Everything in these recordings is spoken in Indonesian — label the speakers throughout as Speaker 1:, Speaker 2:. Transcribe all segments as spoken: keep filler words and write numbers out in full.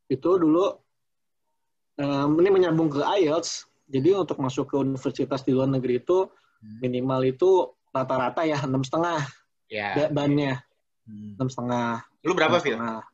Speaker 1: itu dulu um, ini menyambung ke I E L T S. Jadi untuk masuk ke universitas di luar negeri itu minimal itu rata-rata ya enam setengah
Speaker 2: ya,
Speaker 1: bannya
Speaker 2: hmm.
Speaker 1: enam setengah.
Speaker 2: Lu berapa Phil?
Speaker 1: Nah,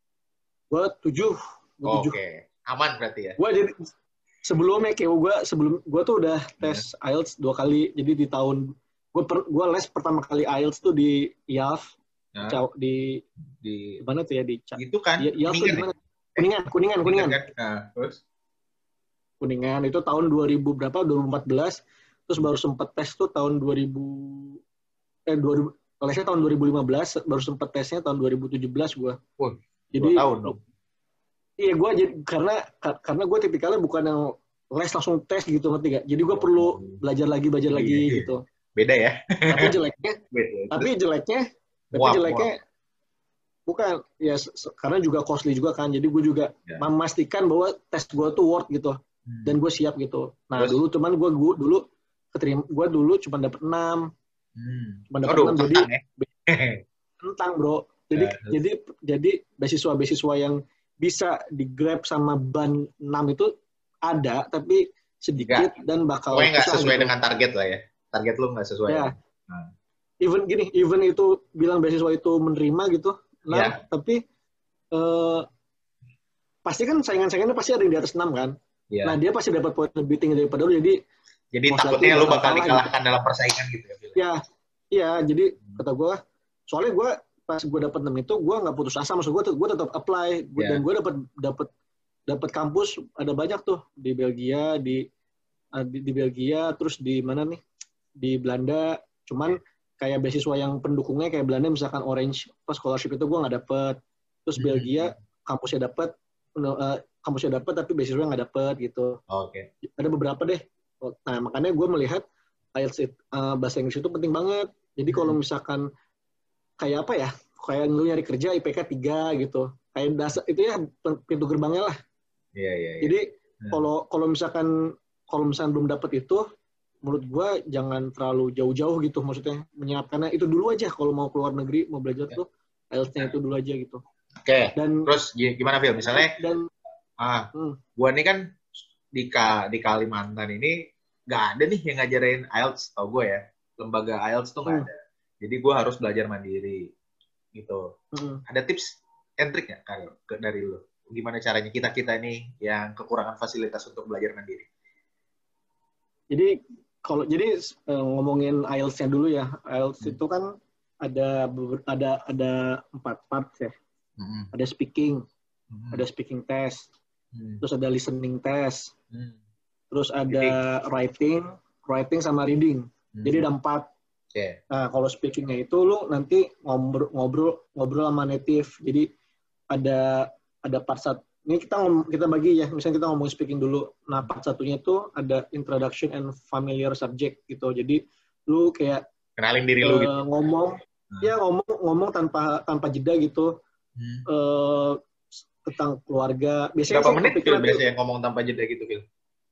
Speaker 1: gue tujuh.
Speaker 2: Oh, Oke, okay. Aman berarti ya.
Speaker 1: Gue jadi sebelumnya kayak gue sebelum gue tuh udah tes yeah. I E L T S dua kali. Jadi di tahun gue gue les pertama kali I E L T S tuh di I A F nah. di di mana tuh ya di
Speaker 2: itu kan
Speaker 1: I A F tuh di mana? Kuningan, Kuningan, Kuningan.
Speaker 2: Kan? Nah, terus
Speaker 1: Kuningan itu tahun dua ribu berapa? dua ribu empat belas. Terus baru sempet tes tuh tahun dua ribu eh dua ribu lesnya tahun dua ribu lima belas, baru sempet tesnya tahun dua ribu tujuh belas gue.
Speaker 2: Oh, jadi tahun dong.
Speaker 1: Iya gue jadi karena karena gue tipikalnya bukan yang les langsung tes gitu ngerti gak? Jadi gue perlu belajar lagi belajar lagi
Speaker 2: iya,
Speaker 1: gitu.
Speaker 2: Beda ya.
Speaker 1: Tapi jeleknya, Beda. tapi jeleknya, tapi
Speaker 2: muap,
Speaker 1: jeleknya muap. Bukan ya karena juga costly juga kan. Jadi gue juga ya. memastikan bahwa tes gue tuh worth gitu hmm. dan gue siap gitu. Nah terus? dulu cuman gue gue dulu keterima gue dulu cuma dapet enam, hmm. cuma dapet enam jadi tentang ya? bro. Jadi ya, jadi jadi beasiswa-beasiswa yang bisa di-grab sama ban enam itu ada, tapi sedikit Enggak. dan bakal
Speaker 2: pokoknya nggak sesuai gitu. dengan target lah ya. Target lu nggak sesuai. Ya.
Speaker 1: Nah. Even gini, even itu bilang beasiswa itu menerima gitu, nah, ya. tapi eh, pasti kan saingan-saingannya pasti ada yang di atas enam kan. Ya. Nah dia pasti dapat poin lebih tinggi daripada lu, jadi
Speaker 2: jadi takutnya lu bakal dikalahkan gitu. dalam persaingan gitu ya.
Speaker 1: Ya, iya, jadi hmm. kata gue, soalnya gue pas gue dapet enam itu gue nggak putus asa, maksud gue gue tetap apply gua, yeah. dan gue dapet dapet dapet kampus ada banyak tuh di Belgia di di, di Belgia terus di mana nih di Belanda, cuman kayak beasiswa yang pendukungnya kayak Belanda misalkan Orange pas scholarship itu gue nggak dapet, terus Belgia kampusnya dapet uh, kampusnya dapet tapi beasiswa nggak dapet gitu.
Speaker 2: Oh, Oke. Okay.
Speaker 1: Ada beberapa deh. Nah makanya gue melihat I E L T S uh, bahasa Inggris itu penting banget. Jadi kalau misalkan kayak apa ya, kayak lu nyari kerja I P K tiga gitu, kayak dasar itu ya pintu gerbangnya lah.
Speaker 2: Iya iya. Ya.
Speaker 1: Jadi kalau hmm. kalau misalkan kalau misalkan belum dapet itu, menurut gua jangan terlalu jauh-jauh gitu, maksudnya menyiapkannya itu dulu aja kalau mau keluar negeri mau belajar ya. tuh I E L T S-nya itu dulu aja gitu.
Speaker 2: Oke. Okay. Dan terus gimana Phil? Misalnya, dan ah, hmm. gua nih kan di di Kalimantan ini nggak ada nih yang ngajarin I E L T S, tau gue ya, lembaga I E L T S tuh nggak hmm. ada. Jadi gue harus belajar mandiri gitu. Hmm. Ada tips and trick nggak kalau dari lu? Gimana caranya kita-kita ini yang kekurangan fasilitas untuk belajar mandiri?
Speaker 1: Jadi kalau jadi uh, ngomongin I E L T S-nya dulu ya. I E L T S hmm. itu kan ada ada ada empat part ya. Hmm. Ada speaking, hmm. ada speaking test, hmm. terus ada listening test, hmm. terus ada reading. writing, writing sama reading. Hmm. Jadi ada empat. Okay. Nah, kalau speakingnya itu lu nanti ngobrol ngobrol ngobrol sama native. Jadi ada ada part satu. Ini kita ngom, kita bagi ya. Misalnya kita ngomong speaking dulu. Nah, part satunya itu ada introduction and familiar subject gitu. Jadi lu kayak
Speaker 2: kenalin diri
Speaker 1: uh,
Speaker 2: lu gitu.
Speaker 1: Ngomong, hmm. ya ngomong ngomong tanpa tanpa jeda gitu. Hmm. Uh, tentang keluarga. Biasanya
Speaker 2: berapa menit Phil biasanya ngomong tanpa jeda gitu, Phil?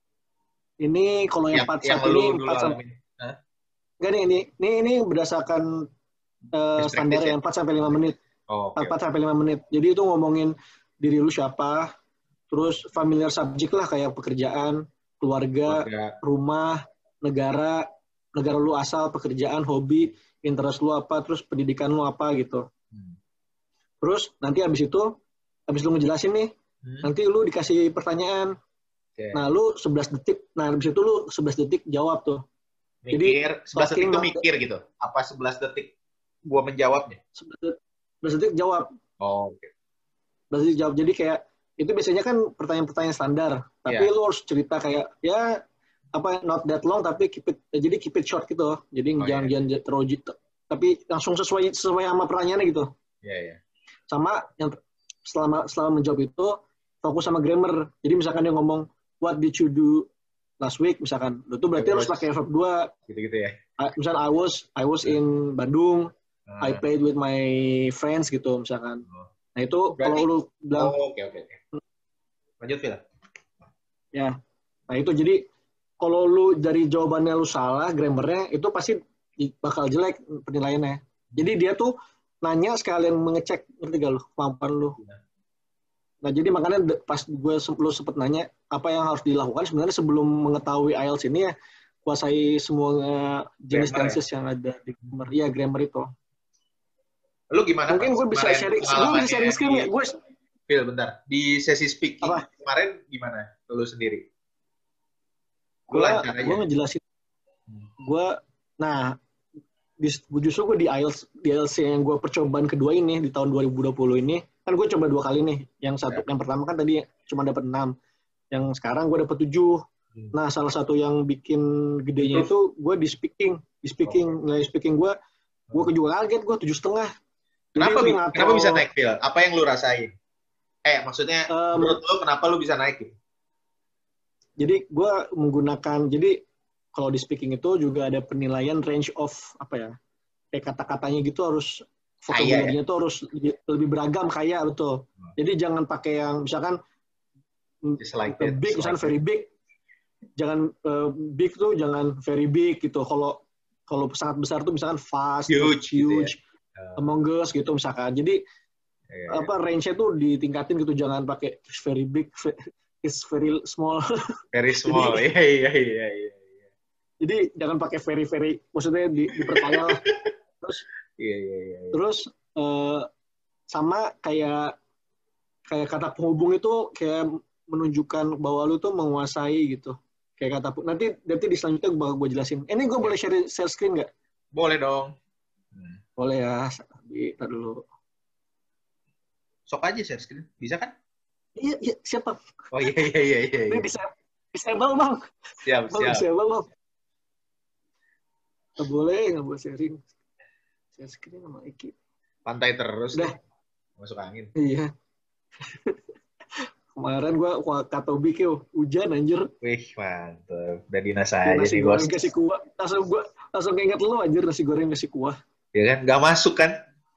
Speaker 1: Ini kalau yang, yang part satu ini part satu. Enggak nih, ini, ini, ini berdasarkan uh, standar yang empat sampai lima menit.
Speaker 2: Oh, okay.
Speaker 1: empat sampai lima menit. Jadi itu ngomongin diri lu siapa, terus familiar subject lah kayak pekerjaan, keluarga, keluarga, rumah, negara, negara lu asal, pekerjaan, hobi, interest lu apa, terus pendidikan lu apa gitu. Hmm. Terus nanti abis itu, abis lu ngejelasin nih, hmm. nanti lu dikasih pertanyaan. Okay. Nah lu sebelas detik, nah abis itu lu sebelas detik jawab tuh.
Speaker 2: Mikir, jadi sebelas detik itu mikir gitu. Apa sebelas detik gua menjawabnya?
Speaker 1: sebelas detik jawab.
Speaker 2: Oh, oke. Okay.
Speaker 1: sebelas detik jawab. Jadi kayak itu biasanya kan pertanyaan-pertanyaan standar, tapi yeah. lu harus cerita kayak ya apa not that long tapi keep it, jadi keep it short gitu. Jadi oh, jangan yeah. jangan terlalu tapi langsung sesuai sesuai sama pertanyaannya gitu.
Speaker 2: Iya, yeah, iya. Yeah.
Speaker 1: Sama yang selama selama menjawab itu fokus sama grammar. Jadi misalkan dia ngomong what did you do last week misalkan, itu berarti harus pakai verb dua.
Speaker 2: Gitu-gitu ya.
Speaker 1: Uh, misal I was I was in Bandung, uh. I played with my friends gitu misalkan. Uh. Nah itu kalau lu bilang.
Speaker 2: Oh, oke oke oke. Lanjut Phil.
Speaker 1: Ya. Nah itu jadi kalau lu dari jawabannya lu salah grammarnya itu pasti bakal jelek penilaiannya. Jadi dia tuh nanya sekalian mengecek, ngerti gak lu kemampuan lu. Nah, jadi makanya pas gue lo sempet nanya apa yang harus dilakukan sebenarnya sebelum mengetahui I E L T S ini ya, kuasai semua jenis
Speaker 2: Grammar
Speaker 1: tenses
Speaker 2: ya?
Speaker 1: yang ada di grammar. Iya, grammar itu.
Speaker 2: Lu gimana,
Speaker 1: Mungkin
Speaker 2: Pak?
Speaker 1: gue bisa sharing, gue bisa sharing screen
Speaker 2: di...
Speaker 1: ya? Gue...
Speaker 2: Phil, bentar. Di sesi speaking
Speaker 1: apa?
Speaker 2: kemarin gimana? Lu sendiri?
Speaker 1: Gue gue ngejelasin. Hmm. Gue, nah, di, justru gue di I E L T S, di I E L T S yang gue percobaan kedua ini, di tahun dua ribu dua puluh ini, kan gue coba dua kali nih. Yang satu, ya. Yang pertama kan tadi cuma dapat enam. Yang sekarang gue dapat tujuh. Hmm. Nah, salah satu yang bikin gedenya Terus? itu gue di speaking. Di speaking, oh. nilai speaking gue, gue juga kaget, gue tujuh setengah.
Speaker 2: Kenapa, bi kenapa bisa naik, Phil? Apa yang lu rasain? Eh, maksudnya um, menurut lu kenapa lu bisa naik?
Speaker 1: Jadi gue menggunakan, jadi kalau di speaking itu juga ada penilaian range of, apa ya, kayak kata-katanya gitu harus, vocabulary-nya ya? Tuh harus lebih beragam, kaya, betul. Hmm. Jadi jangan pakai yang, misalkan,
Speaker 2: like
Speaker 1: uh, big, misalkan like very big, jangan, uh, big tuh jangan very big gitu. Kalau kalau sangat besar tuh misalkan fast,
Speaker 2: huge,
Speaker 1: huge
Speaker 2: gitu ya? uh.
Speaker 1: among us gitu misalkan. Jadi, yeah, apa range-nya tuh ditingkatin gitu, jangan pakai very big, is very small.
Speaker 2: Very small, iya iya iya iya.
Speaker 1: Jadi jangan pakai very very, maksudnya di, diperkaya lah. Terus,
Speaker 2: iya iya iya.
Speaker 1: Terus uh, sama kayak kayak kata penghubung itu kayak menunjukkan bahwa lu tuh menguasai gitu. Kayak kata nanti nanti di selanjutnya bakal gue jelasin. Eh, ini gue boleh share share screen nggak?
Speaker 2: Boleh dong.
Speaker 1: Hmm. Boleh ya. Ntar dulu.
Speaker 2: Sok aja share screen, bisa kan?
Speaker 1: Iya, iya, siapa?
Speaker 2: Oh iya iya iya iya.
Speaker 1: Ini bisa disable bang.
Speaker 2: Siap
Speaker 1: bang,
Speaker 2: siap.
Speaker 1: Disable bang. Nggak boleh, nggak boleh sharing. Share screen sama Iki.
Speaker 2: Pantai terus.
Speaker 1: Udah.
Speaker 2: Masuk angin.
Speaker 1: Iya. Kemarin gua kata Ubi kyo, hujan anjir.
Speaker 2: Wih mantep. Udah dinas aja
Speaker 1: nasi
Speaker 2: nih bos.
Speaker 1: Nasi goreng kasih kuah. Langsung gua langsung inget lu anjir, nasi goreng kasih kuah.
Speaker 2: Ya kan, nggak masuk kan?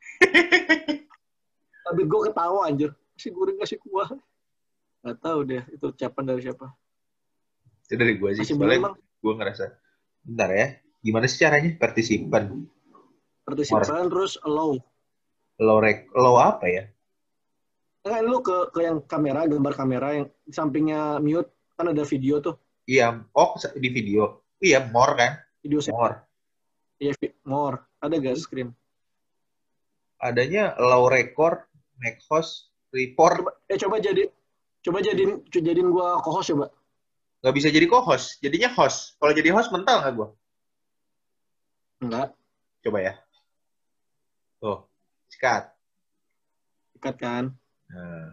Speaker 1: Tapi gue ketawa anjir, nasi goreng kasih kuah. Gak tahu deh itu ucapan dari siapa.
Speaker 2: Itu dari gue sih. Soalnya gue ngerasa, bentar ya, gimana sih caranya? Partisipan.
Speaker 1: Partisipan Or. Terus allow.
Speaker 2: Allow, allow apa ya?
Speaker 1: Enggak, lu ke ke yang kamera, gambar kamera yang di sampingnya mute, kan ada video tuh.
Speaker 2: Iya, oh di video. Iya, more kan?
Speaker 1: Video
Speaker 2: more.
Speaker 1: Iya, more. Ada gak screen?
Speaker 2: Adanya allow record, make host, report.
Speaker 1: Coba, eh coba jadi coba jadiin jadiin gua co-host coba.
Speaker 2: Gak bisa jadi co-host, jadinya host. Kalau jadi host mental nggak gua?
Speaker 1: Enggak.
Speaker 2: Coba ya. Tuh, sikat.
Speaker 1: Sikat kan?
Speaker 2: Nah.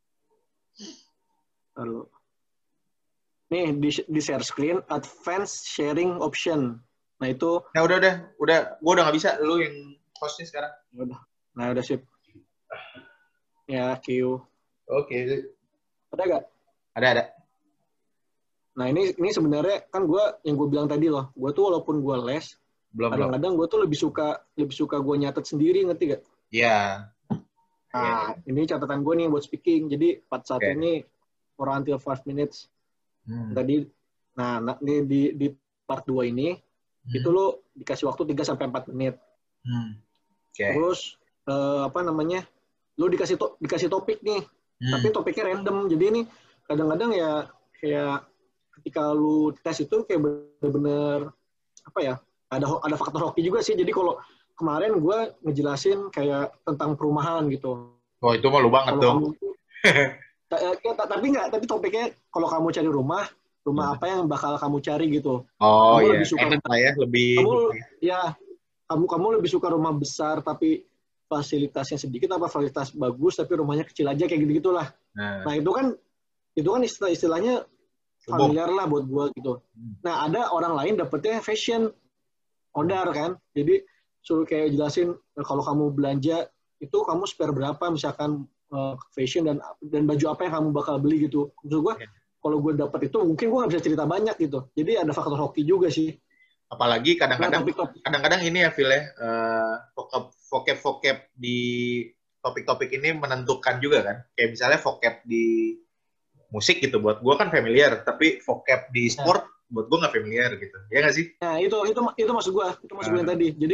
Speaker 1: Lalu. Nih di, di share screen, advanced sharing option. Nah itu.
Speaker 2: Nah udah udah, udah, gua udah nggak bisa. Lu yang hostnya sekarang.
Speaker 1: Udah. Nah udah sip. Ya Q.
Speaker 2: Oke. Okay.
Speaker 1: Ada nggak?
Speaker 2: Ada ada.
Speaker 1: Nah ini ini sebenarnya kan gue yang gue bilang tadi loh, gue tuh walaupun gue les, kadang-kadang gue tuh lebih suka lebih suka gue nyatet sendiri, ngerti gak?
Speaker 2: Iya.
Speaker 1: Yeah. Nah yeah. Ini catatan gue nih buat speaking, jadi part satu okay. Ini for until five minutes. Hmm. Tadi, nah, nah ini di di part dua ini hmm. itu lo dikasih waktu tiga sampai empat menit.
Speaker 2: Hmm. Okay.
Speaker 1: Terus uh, apa namanya? Lo dikasih to dikasih topik nih, hmm. tapi topiknya random. Jadi ini kadang-kadang ya kayak ketika lu tes itu kayak bener-bener apa ya, ada ada faktor hoki juga sih. Jadi kalau kemarin gue ngejelasin kayak tentang perumahan gitu.
Speaker 2: Oh itu mah lu banget dong.
Speaker 1: Ya, tapi nggak, tapi topiknya kalau kamu cari rumah, rumah hmm. apa yang bakal kamu cari gitu.
Speaker 2: Oh
Speaker 1: iya,
Speaker 2: yeah. Enak lah ya, lebih.
Speaker 1: Kamu ya, kamu kamu lebih suka rumah besar tapi fasilitasnya sedikit apa fasilitas bagus tapi rumahnya kecil aja, kayak gitu gitulah. Nah. nah itu kan itu kan istilah-istilahnya familiar lah buat gue gitu. Nah ada orang lain dapetnya fashion order kan, jadi suruh kayak jelasin kalau kamu belanja itu kamu spare berapa misalkan uh, fashion dan dan baju apa yang kamu bakal beli gitu. Maksud gue yeah. Kalau gue dapet itu mungkin gue nggak bisa cerita banyak gitu. Jadi ada faktor hoki juga sih.
Speaker 2: Apalagi kadang-kadang nah, kadang-kadang ini ya Phil ya, uh, vocab-vocab di topik-topik ini menentukan juga kan. Kayak misalnya vocab di musik gitu buat gue kan familiar, tapi vocab di sport nah. buat gue nggak familiar gitu, ya nggak sih?
Speaker 1: Nah itu itu itu maksud gue, itu maksud gue uh. yang tadi. Jadi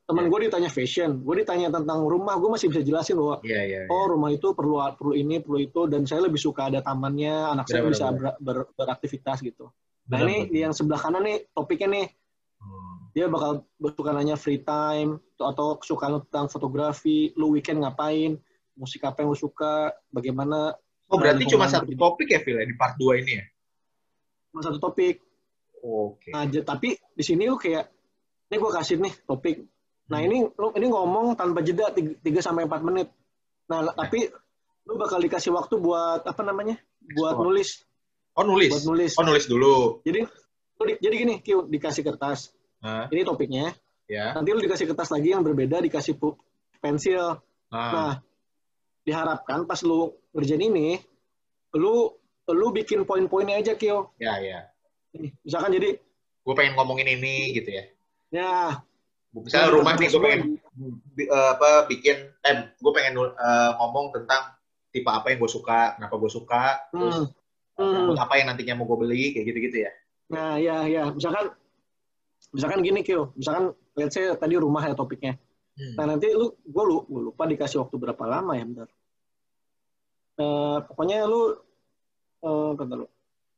Speaker 1: teman gue ditanya fashion, gue ditanya tentang rumah, gue masih bisa jelasin bahwa
Speaker 2: yeah, yeah,
Speaker 1: oh
Speaker 2: yeah.
Speaker 1: rumah itu perlu perlu ini, perlu itu, dan saya lebih suka ada tamannya, anak benar, saya benar, bisa benar. Ber, ber, beraktivitas gitu. Nah benar, ini benar. Yang sebelah kanan nih topiknya nih, hmm. dia bakal suka nanya free time atau kesukaan tentang fotografi, lu weekend ngapain, musik apa yang lu suka, bagaimana.
Speaker 2: Oh berarti cuma satu hidup. Topik ya Phil ya di part dua ini ya?
Speaker 1: Cuma satu topik.
Speaker 2: Oke. Okay.
Speaker 1: Nah, tapi di sini lu kayak, ini gue kasih nih topik. Nah ini lu ini ngomong tanpa jeda tiga sampai empat menit. Nah, nah, tapi lu bakal dikasih waktu buat apa namanya? Buat Export. nulis.
Speaker 2: Oh, nulis.
Speaker 1: Buat nulis.
Speaker 2: Oh, nulis dulu.
Speaker 1: Jadi lu di, jadi gini, Q, dikasih kertas. Huh? Ini topiknya.
Speaker 2: Ya.
Speaker 1: Nanti lu dikasih kertas lagi yang berbeda, dikasih pensil. Huh. Nah, diharapkan pas lu ngerjain ini, lu lu bikin poin-poinnya aja, Q.
Speaker 2: Ya, ya.
Speaker 1: Misalkan jadi
Speaker 2: gue pengen ngomongin ini gitu ya.
Speaker 1: Ya.
Speaker 2: Misalnya nah, rumah nih gue pengen uh, apa bikin eh gue pengen uh, ngomong tentang tipe apa yang gue suka, kenapa gue suka, hmm. terus hmm. apa yang nantinya mau gue beli kayak gitu-gitu ya.
Speaker 1: Nah, ya ya, misalkan misalkan gini Kyo, misalkan let's say tadi rumah ya topiknya. Hmm. Nah, nanti lu gue lu gue lupa dikasih waktu berapa lama ya, bentar. Uh, pokoknya lu uh, bentar lu.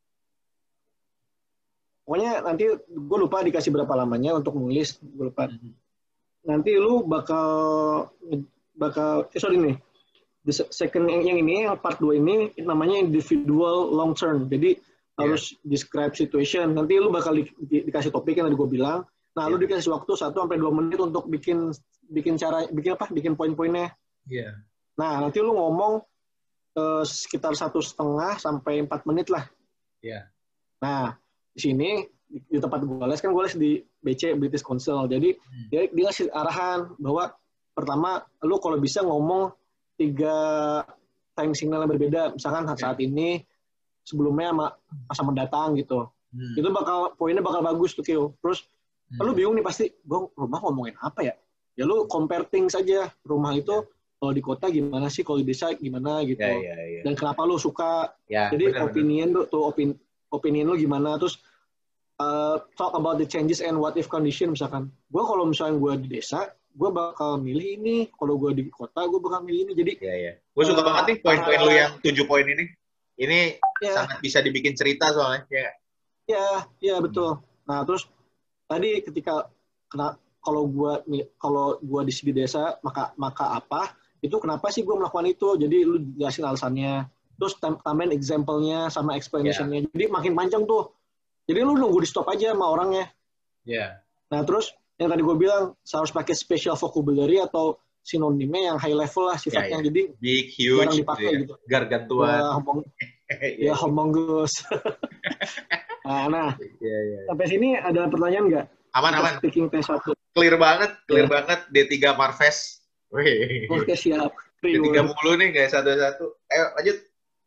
Speaker 1: Pokoknya nanti gue lupa dikasih berapa lamanya untuk nulis, gue lupa. Mm-hmm. Nanti lu bakal bakal eh sorry nih, the second yang, yang ini yang part dua ini namanya individual long term. Jadi yeah. harus describe situation. Nanti lu bakal di, di, dikasih topik yang tadi gue bilang. Nah, yeah. lu dikasih waktu satu sampai dua menit untuk bikin bikin cara bikin apa? Bikin poin-poinnya.
Speaker 2: Iya. Yeah.
Speaker 1: Nah, nanti lu ngomong uh, sekitar satu setengah sampai empat menit lah.
Speaker 2: Iya. Yeah.
Speaker 1: Nah, di sini di, di tempat gue les kan gue les di B C British Council, jadi hmm. dia dia ngasih arahan bahwa pertama lu kalau bisa ngomong tiga time signal yang berbeda, misalkan saat yeah. ini sebelumnya sama masa mendatang gitu, hmm. itu bakal poinnya bakal bagus tuh Kyo. Terus hmm. lu bingung nih pasti gue rumah ngomongin apa ya, ya lu compare things aja, rumah itu yeah. kalau di kota gimana sih, kalau di desa gimana gitu,
Speaker 2: yeah, yeah, yeah.
Speaker 1: dan kenapa lu suka,
Speaker 2: yeah,
Speaker 1: jadi opinion tuh tuh opini opinion lu gimana, terus uh, talk about the changes and what if condition. Misalkan gue kalau misalnya gue di desa gue bakal milih ini, kalau gue di kota gue bakal milih ini. Jadi
Speaker 2: ya ya gue suka uh, banget nih poin-poin uh, lu yang tujuh poin ini ini ya. Sangat bisa dibikin cerita soalnya ya
Speaker 1: ya ya betul. Nah terus tadi ketika kena, kalau gue kalau gue di di desa maka maka apa itu, kenapa sih gue melakukan itu, jadi lu jelasin alasannya. Terus tambahin example-nya sama explanation-nya. Yeah. Jadi makin panjang tuh. Jadi lu nunggu di stop aja sama orangnya.
Speaker 2: Iya. Yeah.
Speaker 1: Nah terus yang tadi gue bilang harus pakai special vocabulary atau sinonimnya yang high level lah sifatnya. Yeah, yeah. Jadi
Speaker 2: big, huge,
Speaker 1: jarang dipakai
Speaker 2: yeah.
Speaker 1: gitu.
Speaker 2: Gargantuan.
Speaker 1: Ya, homong, ya humongous. nah, nah.
Speaker 2: Yeah, yeah.
Speaker 1: Sampai sini ada pertanyaan nggak?
Speaker 2: Aman, aman.
Speaker 1: Speaking test satu.
Speaker 2: Clear banget, clear yeah. banget. D tiga Marves.
Speaker 1: Wih. Oke, siap.
Speaker 2: D tiga mulu nih, guys. Satu-satu. Ayo, lanjut.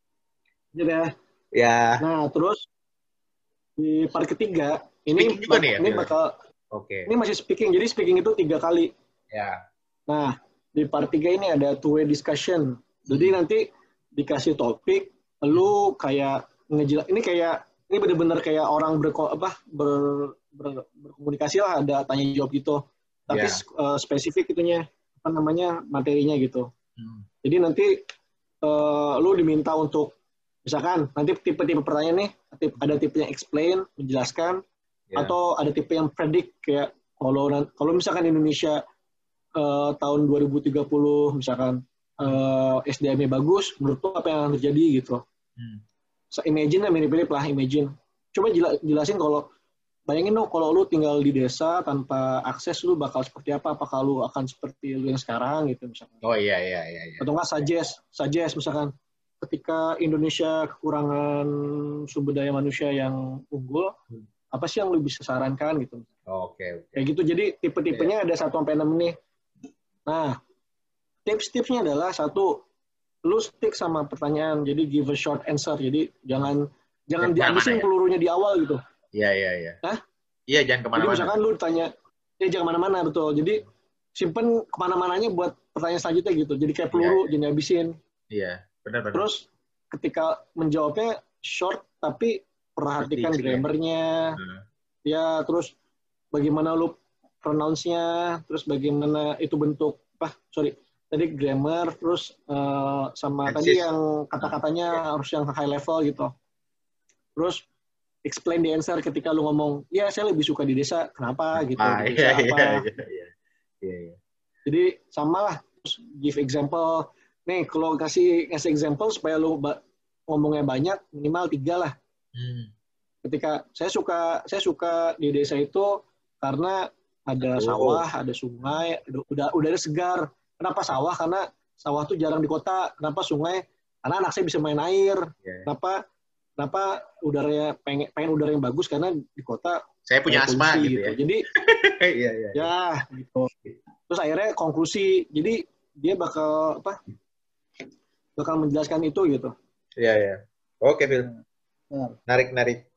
Speaker 1: Ya.
Speaker 2: Ya.
Speaker 1: Nah, terus di part ketiga ini
Speaker 2: juga nih ya,
Speaker 1: ini bakal
Speaker 2: oke. Okay.
Speaker 1: Ini masih speaking. Jadi speaking itu tiga kali.
Speaker 2: Ya.
Speaker 1: Nah, di part tiga ini ada two way discussion. Jadi hmm. nanti dikasih topik, lu kayak ngejela ini kayak ini benar-benar kayak orang ber apa ber, ber, berkomunikasi lah, ada tanya jawab gitu. Tapi yeah. uh, spesifik itunya apa namanya materinya gitu. Hmm. Jadi nanti uh, lu diminta untuk misalkan nanti tipe-tipe pertanyaan nih, tipe, ada tipe yang explain, menjelaskan, yeah. atau ada tipe yang predict kayak kalau kalau misalkan Indonesia uh, tahun dua ribu tiga puluh misalkan uh, S D M-nya bagus, menurut lo apa yang akan terjadi gitu. Hmm. So, imagine lah, mirip-mirip lah, imagine. Coba jelasin kalau, bayangin dong kalau lu tinggal di desa tanpa akses, lu bakal seperti apa? Apakah lu akan seperti lu yang sekarang gitu misalkan.
Speaker 2: Oh iya, iya, iya. iya.
Speaker 1: Atau nggak suggest, suggest misalkan, ketika Indonesia kekurangan sumber daya manusia yang unggul, hmm. apa sih yang lu bisa sarankan gitu.
Speaker 2: Oke, oh, oke. Okay, okay.
Speaker 1: Kayak gitu, jadi tipe-tipenya yeah. ada satu sampai enam nih. Nah, tips-tipsnya adalah satu, lu stick sama pertanyaan, jadi give a short answer, jadi jangan jangan ya, dihabisin ya? pelurunya di awal gitu.
Speaker 2: Iya, iya, iya.
Speaker 1: Hah?
Speaker 2: Iya, jangan kemana-mana.
Speaker 1: Jadi misalkan lu tanya, ya jangan kemana-mana, betul. Jadi simpen kemana-mananya buat pertanyaan selanjutnya gitu. Jadi kayak peluru, ya, ya. jangan dihabisin.
Speaker 2: Iya, benar-benar.
Speaker 1: Terus ketika menjawabnya short, tapi perhatikan grammarnya. Hmm. Ya, terus bagaimana lu pronounce-nya, terus bagaimana itu bentuk apa? Sorry, tadi grammar, terus uh, sama Exist. Tadi yang kata-katanya yeah. harus yang high level gitu. Terus explain the answer ketika lu ngomong, ya saya lebih suka di desa, kenapa gitu,
Speaker 2: ah,
Speaker 1: di desa
Speaker 2: iya,
Speaker 1: apa.
Speaker 2: Iya, iya, iya, iya.
Speaker 1: Jadi sama lah, terus give example. Nih kalau kasih ngasih example supaya lu ba- ngomongnya banyak, minimal tiga lah. Hmm. Ketika saya suka saya suka di desa itu karena ada oh. sawah, ada sungai, udah udah ada segar. Kenapa sawah? Karena sawah tuh jarang di kota. Kenapa sungai? Karena anak saya bisa main air. Yeah. Kenapa? Kenapa udaranya pengen pengen udara yang bagus karena di kota
Speaker 2: saya punya asma gitu, gitu ya.
Speaker 1: Jadi
Speaker 2: iya, iya,
Speaker 1: ya gitu. Terus akhirnya konklusi. Jadi dia bakal apa? Bakal menjelaskan itu gitu.
Speaker 2: Iya, iya. Oke, Phil. Narik, narik.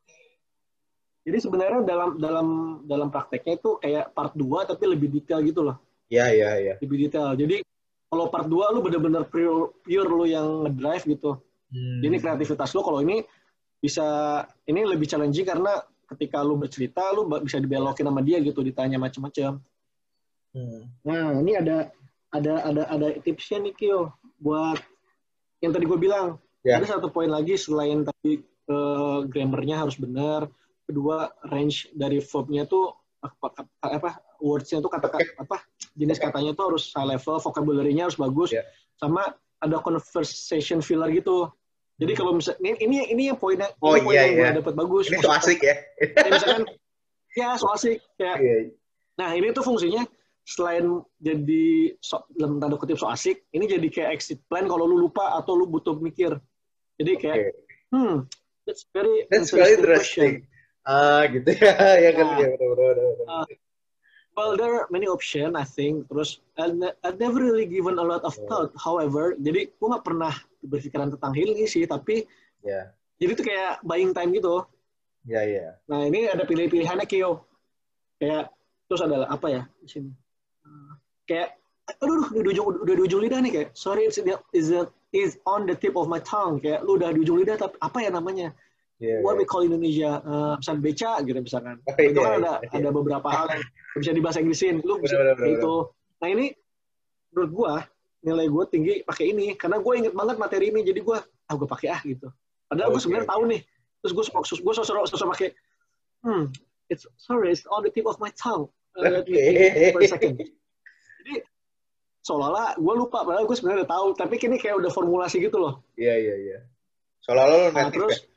Speaker 1: Jadi sebenarnya dalam dalam dalam prakteknya itu kayak part dua tapi lebih detail gitu loh.
Speaker 2: Iya, iya, iya.
Speaker 1: Lebih detail. Jadi kalau part dua lu benar-benar pure, pure lu yang ngedrive gitu. Hmm. Ini kreativitas lu, kalau ini bisa ini lebih challenging karena ketika lu bercerita lu bisa dibelokin sama dia gitu, ditanya macam-macam. Hmm. Nah, ini ada ada ada ada tipsnya nih Kyo buat yang tadi gue bilang. Yeah. Ada satu poin lagi selain tadi uh, grammarnya harus benar, kedua range dari verb-nya tuh apa, apa words-nya tuh kata apa jenis katanya tuh harus high level, vocabulary-nya harus bagus, yeah. Sama ada conversation filler gitu. Jadi kalau misalnya ini ini, ini yang poinnya,
Speaker 2: oh,
Speaker 1: ini poin
Speaker 2: iya,
Speaker 1: yang
Speaker 2: iya.
Speaker 1: gue dapat bagus.
Speaker 2: Ini so asik ya.
Speaker 1: Ya misalkan, ya so asik kayak. Yeah. Nah ini tuh fungsinya selain jadi so, dalam tanda kutip so asik, ini jadi kayak exit plan kalau lu lupa atau lu butuh mikir. Jadi kayak, okay. hmm, that's very
Speaker 2: that's interesting, interesting. Ah, uh, gitu ya, ya kan ya,
Speaker 1: uh, well, there are many options, I think. Terus, I've never really given a lot of thought. However, jadi gue nggak pernah berpikiran tentang hal ini sih, tapi
Speaker 2: yeah.
Speaker 1: Jadi itu kayak buying time gitu.
Speaker 2: Iya, yeah, iya. Yeah.
Speaker 1: Nah, ini ada pilih-pilihannya, Kyo. Kayak, terus ada apa ya di sini? Uh, kayak, aduh, udah di ujung, udah di ujung lidah nih kayak, sorry, it's is is on the tip of my tongue. Kayak, lu udah di ujung lidah, tapi apa ya namanya? Yeah, What yeah. we call Indonesia, uh, misalnya beca gitu misalkan. Oh, itu yeah, kan ada yeah. ada beberapa hal yang bisa dibahasa Inggrisin. Lu bisa bener, bener, itu. Bener. Nah ini menurut gua nilai gua tinggi pakai ini karena gua inget banget materi ini, jadi gua ah gua pakai ah gitu. Padahal okay, gua sebenarnya okay. tahu nih. Terus gua gua sosok sosok pakai hmm it's sorry it's on the tip of my tongue. Uh, let me think for a second. Jadi seolah-olah gua lupa padahal gua sebenarnya udah tahu, tapi kini kayak udah formulasi gitu loh.
Speaker 2: Iya iya iya. Seolah-olah lu
Speaker 1: nah, terus
Speaker 2: ya.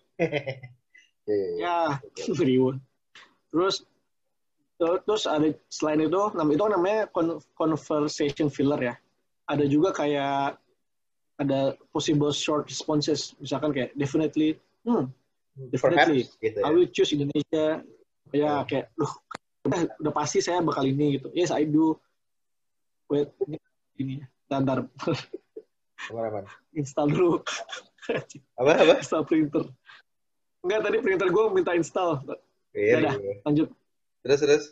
Speaker 1: ya, ribut. Terus, terus ada selain itu, itu namanya conversation filler ya. Ada juga kayak ada possible short responses, misalkan kayak definitely, hmm, definitely, Perhaps, gitu ya. I will choose Indonesia. Ya kayak, duh, udah, udah pasti saya bakal ini gitu. Yes, I do. Wait, ini, ntar,
Speaker 2: apa?
Speaker 1: Install dulu.
Speaker 2: Apa apa?
Speaker 1: Install printer. Enggak, tadi printer gue minta install.
Speaker 2: Iya,
Speaker 1: Dadah, iya. Lanjut.
Speaker 2: Terus, terus?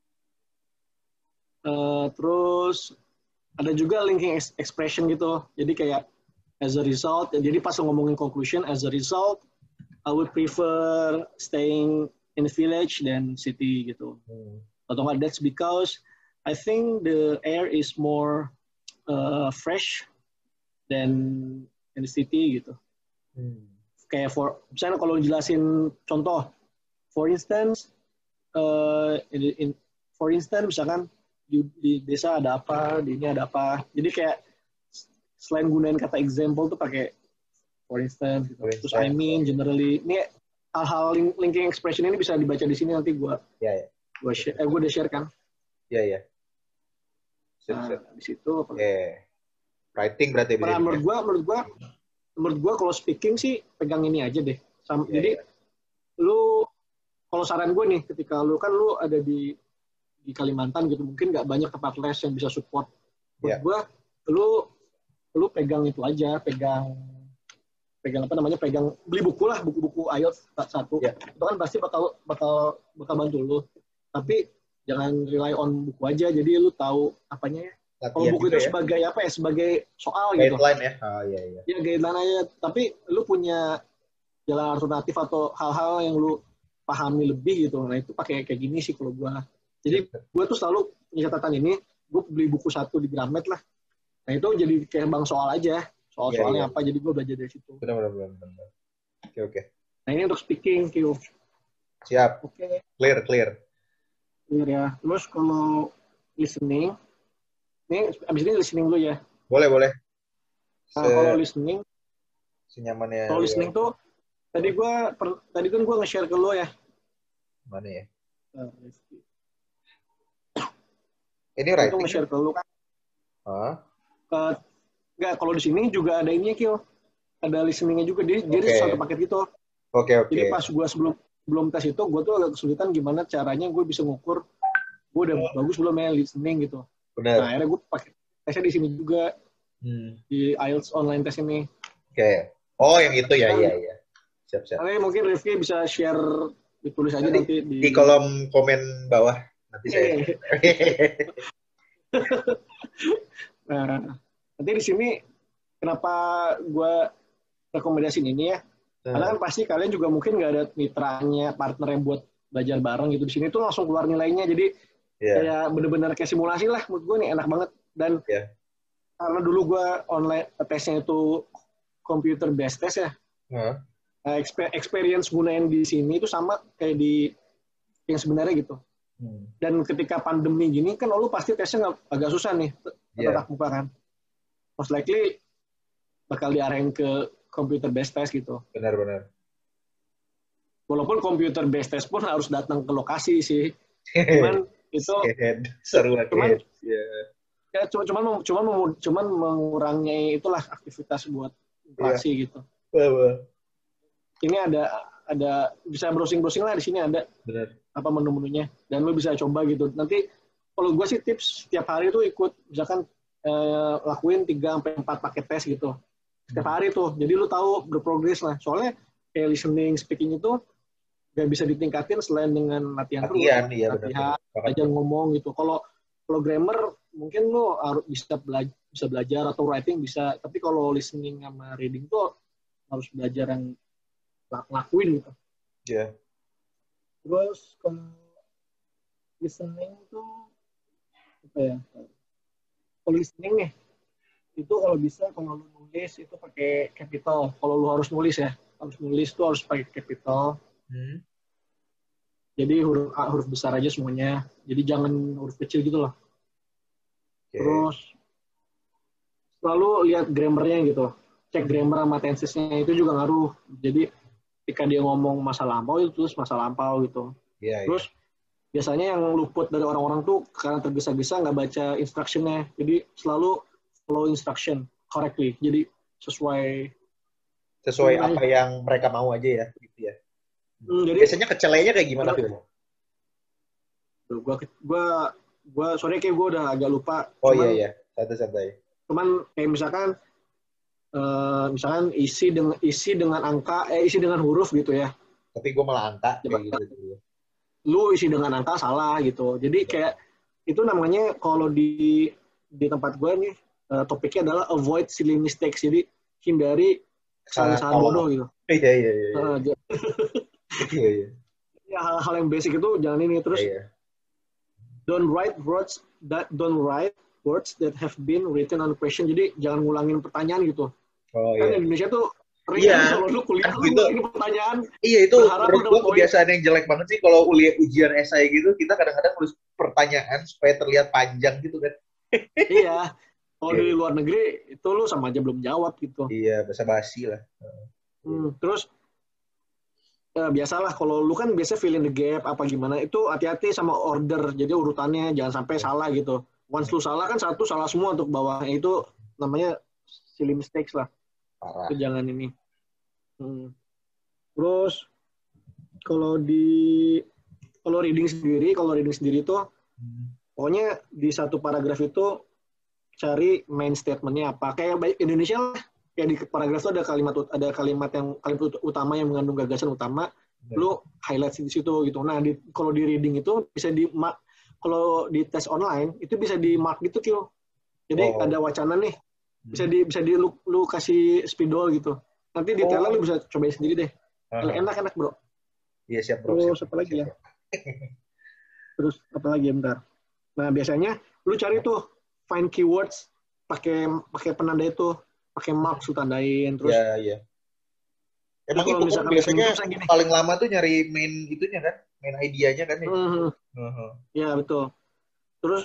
Speaker 1: Uh, terus, ada juga linking expression gitu. Jadi kayak, as a result, jadi pas ngomongin conclusion, as a result, I would prefer staying in the village than city gitu. Hmm. Atau enggak, that's because I think the air is more uh, fresh than in the city gitu. Hmm. Kayak for misalnya kalau jelasin contoh, for instance, uh, in, in, for instance misalkan di, di desa ada apa, di ini ada apa. Jadi kayak selain gunain kata example tuh pakai for instance. Gitu. For instance. Terus I mean, generally, ini hal-hal link, linking expression ini bisa dibaca di sini nanti gue.
Speaker 2: Ya ya.
Speaker 1: Gue share, eh, gue udah share kan.
Speaker 2: Iya ya.
Speaker 1: Nah, di situ.
Speaker 2: Oke. Okay. Writing berarti.
Speaker 1: Nah, menurut gue, menurut gue. Menurut gue kalau speaking sih pegang ini aja deh. Sam- yeah, jadi yeah. Lu kalau saran gue nih ketika lu kan lu ada di di Kalimantan gitu mungkin nggak banyak tempat les yang bisa support. Menurut yeah. gue lu lu pegang itu aja, pegang pegang apa namanya pegang beli buku lah buku-buku I E L T S satu. Yeah. Itu kan pasti bakal bakal bakal bantu lu. Tapi jangan rely on buku aja. Jadi lu tahu apanya ya. Kalau buku itu ya? Sebagai apa ya? Sebagai soal
Speaker 2: guideline
Speaker 1: gitu.
Speaker 2: Guideline ya? Oh iya iya.
Speaker 1: Iya guideline aja. Tapi lu punya jalan alternatif atau hal-hal yang lu pahami lebih gitu. Nah itu pakai kayak gini sih kalau gua. Jadi gue tuh selalu punya catatan ini, gue beli buku satu di Gramet lah. Nah itu jadi kayak bang soal aja, soal-soalnya yeah, yeah. apa, jadi gue belajar dari situ.
Speaker 2: Benar, benar, benar. Oke, oke.
Speaker 1: Nah ini untuk speaking, Q.
Speaker 2: Siap. Oke. Okay. Clear, clear.
Speaker 1: Clear ya. Terus kalau listening, ini abis ini listening dulu ya.
Speaker 2: Boleh, boleh.
Speaker 1: Nah, Se- kalau listening,
Speaker 2: senyamannya.
Speaker 1: Kalau listening ya. Tuh, tadi gue, tadi kan gue nge-share ke lo ya.
Speaker 2: Mana ya?
Speaker 1: Nah,
Speaker 2: ini writing.
Speaker 1: Itu nge-share ke lo kan.
Speaker 2: Hah?
Speaker 1: Uh, enggak, kalau di sini juga ada ini Kyo. Ada listeningnya juga. Jadi, okay. jadi satu paket gitu.
Speaker 2: Oke, okay, oke. Okay.
Speaker 1: Jadi pas gue sebelum belum tes itu, gue tuh agak kesulitan gimana caranya gue bisa ngukur gue udah oh. bagus belum ya listening gitu.
Speaker 2: Benar.
Speaker 1: Nah, akhirnya gue pakai tesnya di sini juga. Hmm. Di I E L T S online test ini.
Speaker 2: Oke. Okay. Oh, yang itu ya, iya, iya. Siap, siap.
Speaker 1: Nanti mungkin Rifki bisa share, ditulis aja nanti, nanti di...
Speaker 2: di kolom komen bawah. Nanti saya.
Speaker 1: Nah, nanti di sini kenapa gue rekomendasiin ini ya? Hmm. Karena kan pasti kalian juga mungkin nggak ada mitranya, partner yang buat belajar bareng gitu. Di sini tuh langsung keluar nilainya. Jadi yeah. kayak bener-bener kayak simulasi lah. Menurut gue nih enak banget. Dan yeah. karena dulu gue online tesnya itu computer based test ya. Uh. Uh, experience gunain di sini itu sama kayak di yang sebenarnya gitu. Hmm. Dan ketika pandemi gini kan lu pasti tesnya gak, agak susah nih tetap yeah. muka kan. Most likely bakal diarahin ke computer based test gitu.
Speaker 2: Benar-benar.
Speaker 1: Walaupun computer based test pun harus datang ke lokasi sih. Cuman itu
Speaker 2: seru banget.
Speaker 1: Cuman yeah. ya cuman cuman cuman cuman mengurangi itulah aktivitas buat interaksi yeah. gitu.
Speaker 2: Benar.
Speaker 1: Ini ada ada bisa browsing-browsing lah di sini ada.
Speaker 2: Benar.
Speaker 1: Apa menu-menunya dan lu bisa coba gitu. Nanti kalau gue sih tips setiap hari tuh ikut misalkan eh, lakuin tiga sampai empat paket tes gitu. Setiap hari tuh. Jadi lu tahu berprogres lah. Soalnya kayak listening, speaking itu gak bisa ditingkatin selain dengan latihan terus.
Speaker 2: Latihan, iya
Speaker 1: latihan, belajar ngomong gitu. Kalau kalau grammar mungkin lu harus bisa belajar bisa belajar atau writing bisa, tapi kalau listening sama reading tuh harus belajar yang lakuin gitu.
Speaker 2: Iya. Yeah.
Speaker 1: Terus kalau listening tuh apa ya? Kalau listening nih itu kalau bisa kalau lu nulis itu pakai capital. Kalau lu harus nulis ya, harus nulis tuh harus pakai capital. Hmm. Jadi huruf A, huruf besar aja semuanya. Jadi jangan huruf kecil gitu loh. Okay. Terus selalu lihat grammarnya gitu. Cek grammar sama tensesnya itu juga ngaruh. Jadi ketika dia ngomong masa lampau itu terus masa lampau gitu.
Speaker 2: Yeah,
Speaker 1: terus
Speaker 2: yeah.
Speaker 1: biasanya yang luput dari orang-orang tuh karena tergesa-gesa nggak baca instructionnya. Jadi selalu follow instruction correctly. Jadi sesuai
Speaker 2: sesuai apa aja. Yang mereka mau aja ya, gitu ya.
Speaker 1: Hmm, jadi
Speaker 2: biasanya kecelainya kayak gimana tuh?
Speaker 1: Gua gua gua sorry kayak gua udah agak lupa.
Speaker 2: Oh cuman, iya iya, santai-santai.
Speaker 1: Cuman kayak misalkan Uh, misalkan isi dengan isi dengan angka eh isi dengan huruf gitu ya.
Speaker 2: Tapi gue malah angka kayak gitu.
Speaker 1: Lu isi dengan angka salah gitu. Jadi kayak itu namanya kalau di di tempat gue nih uh, topiknya adalah avoid silly mistakes. Jadi hindari kesalahan-kesalahan bodoh gitu.
Speaker 2: Iya iya iya.
Speaker 1: Uh,
Speaker 2: iya iya.
Speaker 1: Ya hal-hal yang basic itu jangan ini terus.
Speaker 2: Iya.
Speaker 1: Don't write words that don't write words that have been written on question. Jadi jangan ngulangin pertanyaan gitu.
Speaker 2: Oh,
Speaker 1: kan
Speaker 2: iya.
Speaker 1: Indonesia tuh
Speaker 2: iya.
Speaker 1: kalau lu kuliah lu
Speaker 2: itu,
Speaker 1: ini pertanyaan.
Speaker 2: Iya itu menurut gue kebiasaan yang jelek banget sih kalau uliah ujian esai gitu kita kadang-kadang tulis pertanyaan supaya terlihat panjang gitu kan.
Speaker 1: Iya. Kalau di luar negeri itu lu sama aja belum jawab gitu.
Speaker 2: Iya basa-basi lah.
Speaker 1: Hmm, terus ya, biasalah kalau lu kan biasa fill in the gap apa gimana itu hati-hati sama order jadi urutannya jangan sampai salah gitu. Once lu salah kan satu salah semua untuk bawahnya itu namanya silly mistakes lah.
Speaker 2: Parah.
Speaker 1: Itu jangan ini. Hmm. Terus kalau di kalau reading sendiri, kalau reading sendiri tuh hmm. pokoknya di satu paragraf itu cari main statement-nya apa. Kayak baik Indonesia lah. Kayak di paragraf itu ada kalimat ada kalimat yang kalimat utama yang mengandung gagasan utama. Hmm. Lu highlight di situ gitu. Nah, di, kalau di reading itu bisa di kalau di tes online itu bisa di mark gitu Kyo. Jadi oh. ada wacana nih. Bisa di bisa di lu, lu kasih spidol gitu. Nanti detailnya oh. lu bisa cobain sendiri deh. Uh-huh. Enak-enak bro.
Speaker 2: Iya siap bro.
Speaker 1: Terus
Speaker 2: siap,
Speaker 1: apa lagi
Speaker 2: siap,
Speaker 1: ya?
Speaker 2: Siap.
Speaker 1: Terus apa lagi bentar. Nah, biasanya lu cari tuh find keywords pakai pakai penanda itu, pakai mark lu tandain terus.
Speaker 2: Iya, iya. Emang
Speaker 1: kalau
Speaker 2: itu kan biasanya paling lama tuh nyari main itunya kan, main idenya kan ya.
Speaker 1: Uh-huh. Uh-huh. Ya, betul. Terus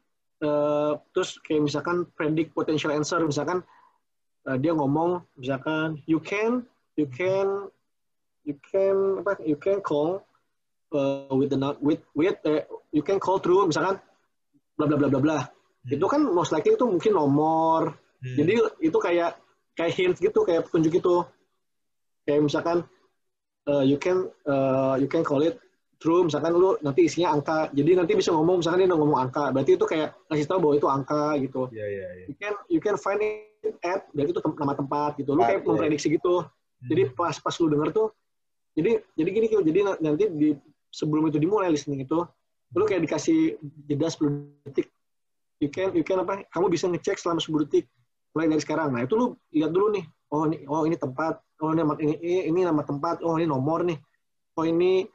Speaker 1: uh, terus kayak misalkan predict potential answer, misalkan uh, dia ngomong misalkan you can you can you can apa you can call uh, with the with with uh, you can call through misalkan bla bla bla bla bla. Hmm. Itu kan most likely itu mungkin nomor. Hmm. Jadi itu kayak kayak hint gitu, kayak petunjuk gitu. Kayak misalkan uh, you can uh, you can call it true, misalkan lu nanti isinya angka. Jadi nanti bisa ngomong misalkan dia ngomong angka. Berarti itu kayak ngasih tahu bahwa itu angka gitu.
Speaker 2: Yeah, yeah, yeah.
Speaker 1: You can you can find it at, berarti itu nama tempat gitu. Lu kayak yeah. memprediksi gitu. Hmm. Jadi pas pas lu denger tuh jadi jadi gini gitu. Jadi nanti di sebelum itu dimulai listening itu, lu kayak dikasih jeda sepuluh detik. You can you can apa? Kamu bisa ngecek selama sepuluh detik mulai dari sekarang. Nah, itu lu lihat dulu nih. Oh, ini oh ini tempat. Oh, ini ini ini nama tempat. Oh, ini nomor nih. Oh, ini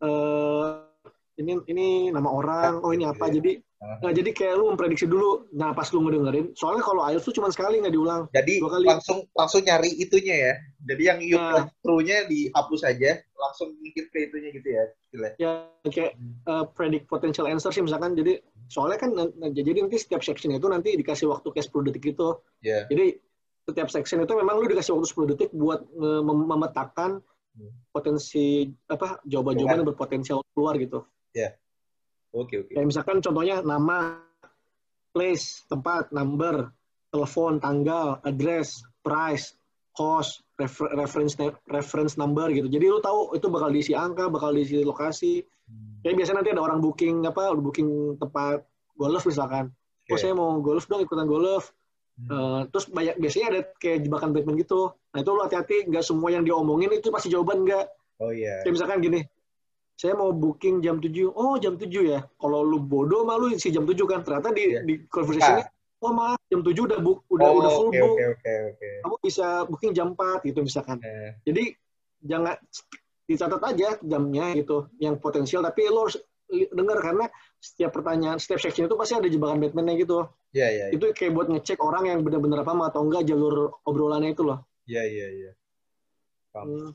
Speaker 1: uh, ini ini nama orang. Oh, ini apa? Jadi nah, jadi kayak lu memprediksi dulu. Nah, pas lu ngedengerin, soalnya kalau I E L T S tuh cuma sekali, nggak diulang.
Speaker 2: Jadi dua kali. langsung langsung nyari itunya ya. Jadi yang you nah, true-nya dihapus aja, langsung ngikut ke itunya gitu ya. Gila.
Speaker 1: Ya, kayak uh, predict potential answer sih misalkan. Jadi soalnya kan jadi nanti setiap section itu nanti dikasih waktu kayak sepuluh detik gitu.
Speaker 2: Yeah.
Speaker 1: Jadi setiap section itu memang lu dikasih waktu sepuluh detik buat mem- memetakan hmm. potensi apa jawaban-jawaban yang berpotensial keluar gitu.
Speaker 2: Ya. Yeah. Oke, okay, oke. Okay.
Speaker 1: Kayak misalkan contohnya nama, place, tempat, number, telepon, tanggal, address, price, cost, refer- reference reference number gitu. Jadi lu tahu itu bakal diisi angka, bakal diisi lokasi. Hmm. Kayak biasanya nanti ada orang booking apa, booking tempat golf misalkan. Okay. Oh, saya mau golf dong, ikutan golf. Hmm. Uh, terus banyak biasanya ada kayak jebakan Batman gitu. Nah, itu lu hati-hati, nggak semua yang diomongin itu pasti jawaban nggak.
Speaker 2: Oh iya. Yeah.
Speaker 1: Kayak misalkan gini. Saya mau booking jam tujuh. Oh, jam tujuh ya. Kalau lu bodoh mah lu isi jam tujuh kan. Ternyata di yeah. di conversation-nya, oh maaf jam tujuh udah book, udah
Speaker 2: oh,
Speaker 1: udah full
Speaker 2: okay,
Speaker 1: book.
Speaker 2: Okay, okay, okay.
Speaker 1: Kamu bisa booking jam empat gitu misalkan.
Speaker 2: Yeah.
Speaker 1: Jadi jangan dicatat aja jamnya gitu yang potensial, tapi lo harus dengar karena setiap pertanyaan, setiap section itu pasti ada jebakan Batman-nya gitu.
Speaker 2: Iya, yeah, iya. Yeah,
Speaker 1: itu
Speaker 2: yeah.
Speaker 1: kayak buat ngecek orang yang benar-benar apa atau enggak jalur obrolannya itu loh.
Speaker 2: Iya, yeah, iya, yeah, iya. Yeah. Paham.
Speaker 1: Hmm.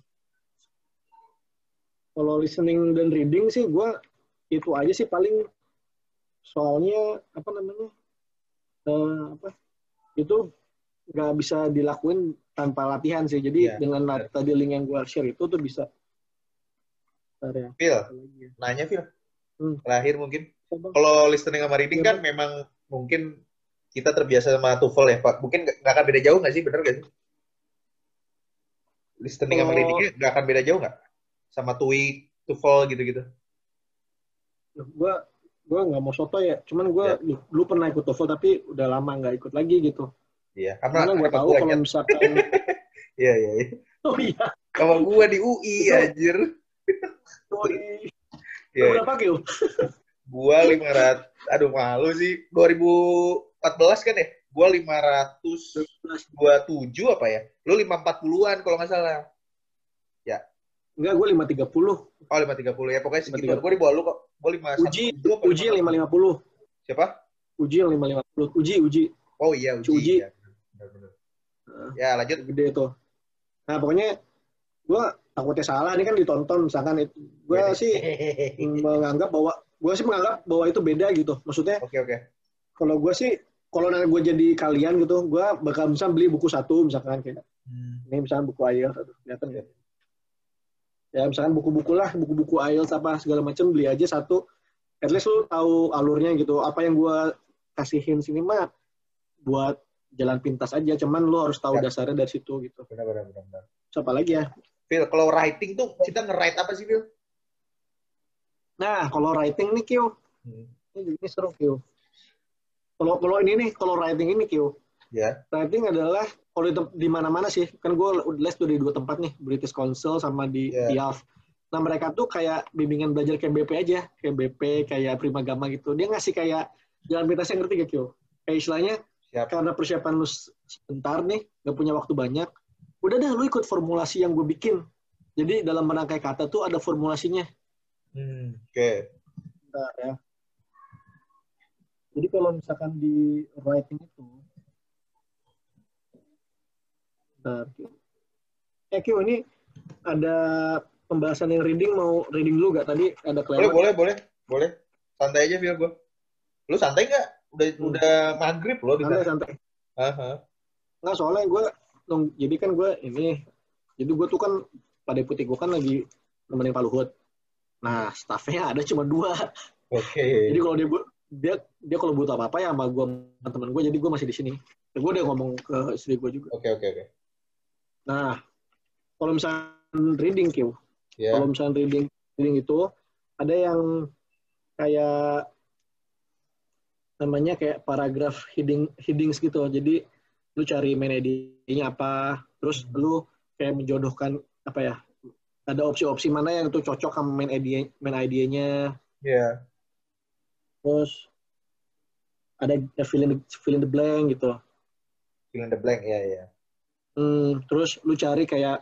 Speaker 1: Kalau listening dan reading sih gue itu aja sih paling, soalnya apa namanya uh, apa itu nggak bisa dilakuin tanpa latihan sih. Jadi ya, dengan benar. Tadi link yang gue share itu tuh bisa.
Speaker 2: Ya. Phil, nanya Phil, hmm. terakhir mungkin. Kalau listening sama reading ya, kan memang mungkin kita terbiasa sama TOEFL ya Pak. Mungkin nggak akan beda jauh nggak sih, benar nggak sih? Listening sama readingnya nggak akan beda jauh nggak? Sama T O E I C, TOEFL gitu-gitu.
Speaker 1: Gue gue nggak mau soto ya, cuman gue ya. Dulu pernah ikut TOEFL tapi udah lama nggak ikut lagi gitu.
Speaker 2: Iya,
Speaker 1: karena, karena gue tahu kalau kan. Misalkan
Speaker 2: iya iya.
Speaker 1: Oh iya.
Speaker 2: Kalau gue di U I anjir.
Speaker 1: U I.
Speaker 2: Ya.
Speaker 1: Berapa kilo?
Speaker 2: Gue lima ratus. Aduh malu sih. dua ribu empat belas kan ya? Gue lima ratus dua puluh tujuh apa ya? Lu lima ratus empat puluhan kalau nggak salah. Ya.
Speaker 1: Enggak, gue lima ratus tiga puluh.
Speaker 2: Oh, lima ratus tiga puluh ya. Pokoknya segitu. Gue di bawah lu kok. Gue lima ratus
Speaker 1: Uji, uji yang lima ratus lima puluh.
Speaker 2: Siapa?
Speaker 1: Uji yang lima ratus lima puluh. Uji, uji.
Speaker 2: Oh iya, uji.
Speaker 1: Uji.
Speaker 2: Ya, benar-benar. Ya, lanjut.
Speaker 1: Gede tuh. Nah, pokoknya gue takutnya salah. Ini kan ditonton misalkan. Gue sih menganggap bahwa gue sih menganggap bahwa itu beda gitu. Maksudnya.
Speaker 2: Oke, okay, oke. Okay.
Speaker 1: Kalau gue sih, kalau nanti gue jadi kalian gitu, gue bakal misalnya beli buku satu misalkan kayak. Hmm. Ini misalnya buku I E L T S. Kelihatan nggak? Ya misalkan buku-buku lah, buku-buku I E L T S apa segala macam, beli aja satu. At least lu tahu alurnya gitu. Apa yang gue kasihin sini mah buat jalan pintas aja, cuman lu harus tahu ya. Dasarnya dari situ gitu.
Speaker 2: Benar-benar. benar.
Speaker 1: Siapa lagi ya?
Speaker 2: Phil, kalau writing tuh kita nge-write apa sih, Phil?
Speaker 1: Nah, kalau writing nih, Kyo. Hmm. Ini, ini seru, Kyo. Kalau kalau ini nih, kalau writing ini, Kyo.
Speaker 2: Ya.
Speaker 1: Writing adalah kalau di, di mana-mana sih. Kan gue les tuh di dua tempat nih, British Council sama di yeah. I A F. Nah, mereka tuh kayak bimbingan belajar kayak B P aja, kayak B P, kayak Primagama gitu. Dia ngasih kayak jalan pintasnya, ngerti gak, Kyo? Kayak istilahnya Siap. Karena persiapan lu sebentar nih, gak punya waktu banyak, udah deh lu ikut formulasi yang gue bikin. Jadi dalam merangkai kata tuh ada formulasinya.
Speaker 2: Hmm, Oke. Okay.
Speaker 1: Bentar ya. Jadi kalau misalkan di writing itu, bentar. Eh, Kyo, ini ada pembahasan yang reading, mau reading dulu gak? Tadi ada
Speaker 2: Boleh, boleh, boleh. Boleh. Santai aja, Phil, gue. Lu santai nggak? Udah hmm. udah maghrib loh.
Speaker 1: Santai, santai.
Speaker 2: Uh-huh.
Speaker 1: Nggak, soalnya gue, jadi kan gue ini, jadi gue tuh kan, pada putih gue kan lagi nemenin Pak Luhut. Nah, staffnya ada cuma dua.
Speaker 2: Oke. Okay.
Speaker 1: Jadi kalau dia dia dia kalau butuh apa-apa ya sama gue sama teman gue, jadi gue masih di sini. Ya, gue udah ngomong ke istri gue juga.
Speaker 2: Oke, okay, oke, okay, oke. Okay.
Speaker 1: Nah, kalau misalnya reading, Q, yeah. kalau misalnya reading, reading itu ada yang kayak namanya kayak paragraf heading headings gitu. Jadi lu cari main idenya apa, terus hmm. lu kayak menjodohkan apa ya? Ada opsi-opsi mana yang tuh cocok sama main idea main idenya.
Speaker 2: Iya. Yeah.
Speaker 1: Terus ada fill in the, fill in the blank gitu.
Speaker 2: Fill in the blank, ya yeah, ya. Yeah.
Speaker 1: Hmm, terus lu cari kayak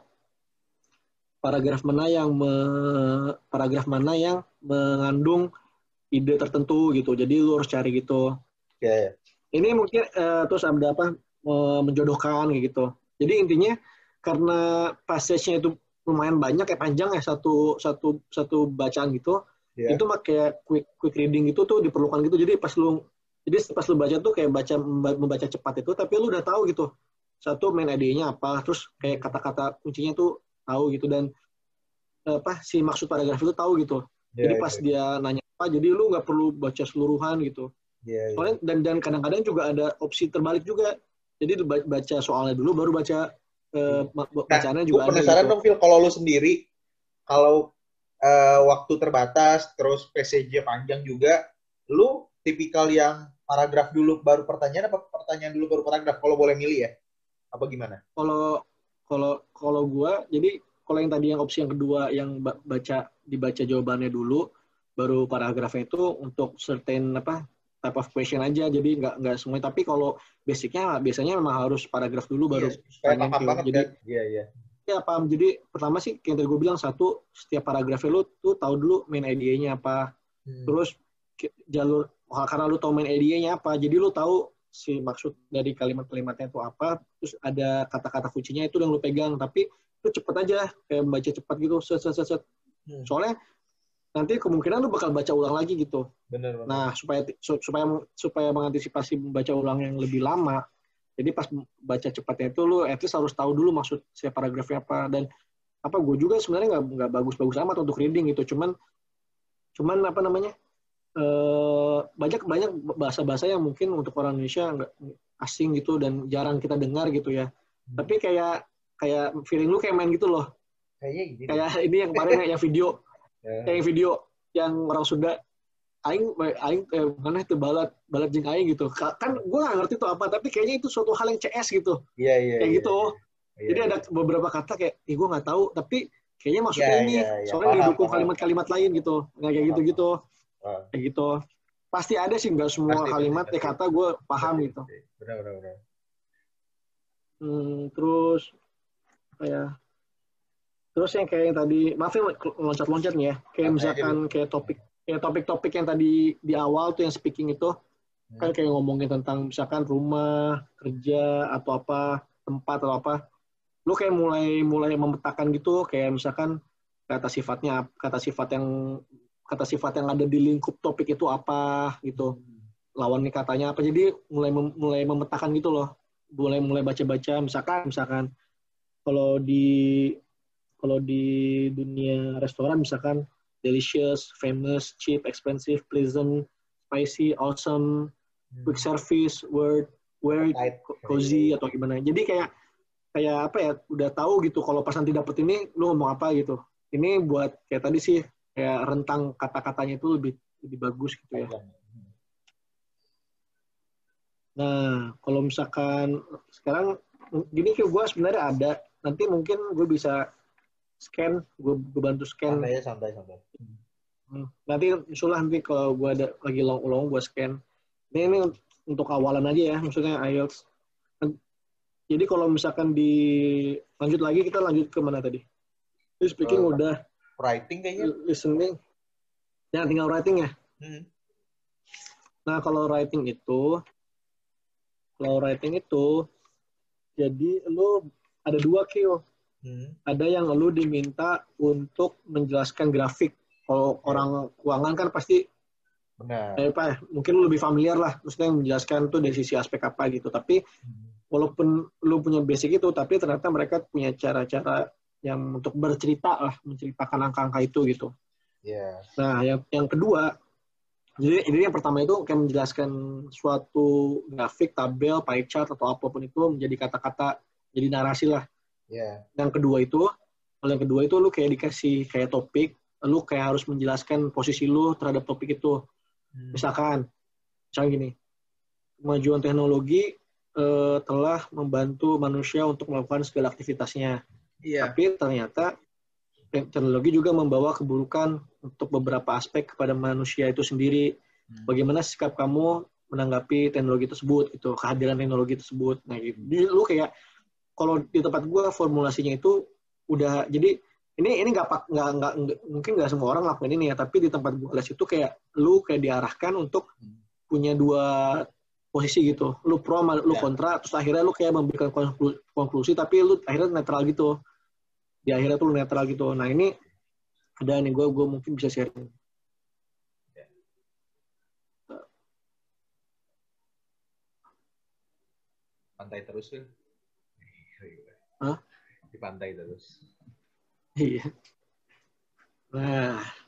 Speaker 1: paragraf mana yang me, paragraf mana yang mengandung ide tertentu gitu. Jadi lu harus cari gitu.
Speaker 2: Iya. Yeah, yeah.
Speaker 1: Ini mungkin uh, terus ada apa uh, menjodohkan kayak gitu. Jadi intinya karena passage-nya itu lumayan banyak kayak panjang ya satu satu satu bacaan gitu. Yeah. Itu mah kayak quick quick reading itu tuh diperlukan gitu. Jadi pas lu jadi pas lu baca tuh kayak baca membaca cepat itu, tapi lu udah tahu gitu. Satu main idenya apa, terus kayak kata-kata kuncinya tuh tahu gitu, dan apa si maksud paragraf itu tahu gitu. Yeah, jadi pas yeah. dia nanya apa, jadi lu nggak perlu baca seluruhan gitu. Yeah, yeah. Soalnya dan dan kadang-kadang juga ada opsi terbalik juga. Jadi baca soalnya dulu baru baca uh, bacaannya nah, juga.
Speaker 2: Gue penasaran gitu. Dong, Phil, kalau lu sendiri, kalau uh, waktu terbatas, terus P C J panjang juga, lu tipikal yang paragraf dulu baru pertanyaan apa pertanyaan dulu baru paragraf? Kalau boleh milih ya, apa gimana?
Speaker 1: Kalau kalau kalau gue, jadi kalau yang tadi yang opsi yang kedua yang baca dibaca jawabannya dulu baru paragrafnya itu untuk certain apa type of question aja, jadi nggak nggak semua. Tapi kalau basicnya biasanya memang harus paragraf dulu baru
Speaker 2: iya, paham banget
Speaker 1: jadi
Speaker 2: kan? Iya iya.
Speaker 1: Ya paham. Jadi pertama sih kayak tadi gue bilang, satu setiap paragrafnya lu tuh tahu dulu main idenya apa, hmm. terus jalur karena lu tahu main idenya apa, jadi lu tahu si maksud dari kalimat-kalimatnya itu apa, terus ada kata-kata kuncinya itu yang lu pegang, tapi lu cepet aja kayak membaca cepat gitu, set set set set. Hmm. Soalnya nanti kemungkinan lu bakal baca ulang lagi gitu.
Speaker 2: Bener, bener.
Speaker 1: Nah, supaya supaya supaya mengantisipasi membaca ulang yang lebih lama, jadi pas baca cepatnya itu lu at least harus tahu dulu maksud si paragrafnya apa. Dan apa gue juga sebenarnya nggak nggak bagus-bagus amat untuk reading gitu, cuman cuman apa namanya eh, banyak banyak bahasa-bahasa yang mungkin untuk orang Indonesia nggak asing gitu dan jarang kita dengar gitu ya. Hmm. Tapi kayak kayak feeling lu kayak main gitu loh.
Speaker 2: Kayaknya gini.
Speaker 1: Kayak ini yang kemarin yang video. Kayak yang video yang orang Sunda, aing aing eh, mana itu balat balat jeung aing gitu. Kan gue nggak ngerti itu apa, tapi kayaknya itu suatu hal yang C S gitu.
Speaker 2: Iya iya.
Speaker 1: Kayak
Speaker 2: iya,
Speaker 1: gitu. Iya, Jadi iya. ada beberapa kata kayak, ih gue nggak tahu, tapi kayaknya maksudnya
Speaker 2: iya,
Speaker 1: ini.
Speaker 2: Iya, iya.
Speaker 1: Soalnya paham, didukung paham. kalimat-kalimat lain gitu. Nggak kayak gitu-gitu. Paham. Kayak gitu. Pasti ada sih, nggak semua pasti, kalimat pasti, ya kata gue paham pasti, gitu.
Speaker 2: Benar benar benar.
Speaker 1: Hmm, terus kayak Terus yang kayak yang tadi, maaf ya loncat-loncat nih ya, kayak nah, misalkan nah, kayak topik, kayak topik-topik yang tadi di awal tuh yang speaking itu, hmm. kan kayak ngomongin tentang misalkan rumah, kerja, atau apa, tempat atau apa, lu kayak mulai mulai memetakan gitu, kayak misalkan kata sifatnya, kata sifat yang kata sifat yang ada di lingkup topik itu apa gitu, lawan nih katanya apa, jadi mulai mem, mulai memetakan gitu loh, mulai mulai baca-baca, misalkan misalkan kalau di Kalau di dunia restoran misalkan delicious, famous, cheap, expensive, pleasant, spicy, awesome, quick service, word, word, cozy atau gimana. Jadi kayak kayak apa ya? Udah tahu gitu kalau pas nanti dapet ini lu ngomong apa gitu. Ini buat kayak tadi sih kayak rentang kata-katanya itu lebih lebih bagus gitu ya. Nah, kalau misalkan sekarang gini kayak gue sebenarnya ada, nanti mungkin gue bisa scan, gue, gue bantu scan.
Speaker 2: Santai, santai, santai.
Speaker 1: Hmm. Nanti insyaallah nanti kalau gue ada lagi long-long gue scan. Ini, ini untuk awalan aja ya, maksudnya I E L T S. Jadi kalau misalkan di lanjut lagi, kita lanjut ke mana tadi? Jadi speaking uh, udah.
Speaker 2: Writing kayaknya.
Speaker 1: Listening. Ya tinggal writing ya. Hmm. Nah, kalau writing itu, kalau writing itu, jadi lu ada dua kill. Hmm. Ada yang lu diminta untuk menjelaskan grafik. Kalau yeah. orang keuangan kan pasti,
Speaker 2: benar.
Speaker 1: Eh, apa ya, mungkin lu lebih familiar lah, maksudnya yang menjelaskan tuh dari sisi aspek apa gitu. Tapi hmm. walaupun lu punya basic itu, tapi ternyata mereka punya cara-cara yang untuk bercerita lah, menceritakan angka-angka itu gitu.
Speaker 2: Yeah.
Speaker 1: Nah, yang yang kedua, jadi ini yang pertama itu kayak menjelaskan suatu grafik, tabel, pie chart atau apapun itu menjadi kata-kata, jadi narasi lah.
Speaker 2: Yeah.
Speaker 1: Yang kedua itu, kalau yang kedua itu lu kayak dikasih kayak topik, lu kayak harus menjelaskan posisi lu terhadap topik itu. Hmm. Misalkan, misalkan gini, kemajuan teknologi eh, telah membantu manusia untuk melakukan segala aktivitasnya. Yeah. Tapi ternyata teknologi juga membawa keburukan untuk beberapa aspek kepada manusia itu sendiri. Hmm. Bagaimana sikap kamu menanggapi teknologi tersebut, itu kehadiran teknologi tersebut. Nah, gitu. Jadi lu kayak kalau di tempat gue formulasinya itu udah jadi ini ini nggak nggak nggak mungkin nggak semua orang lakuin ini ya, tapi di tempat gue les itu kayak lu kayak diarahkan untuk hmm. punya dua posisi gitu. Lu pro, lu kontra, terus akhirnya lu kayak memberikan konklusi, tapi lu akhirnya netral gitu. Di akhirnya tuh netral gitu. Nah ini ada nih gue gue mungkin bisa sharing.
Speaker 2: Pantai terus kan?
Speaker 1: Hah?
Speaker 2: Di pantai terus.
Speaker 1: Iya. Nah.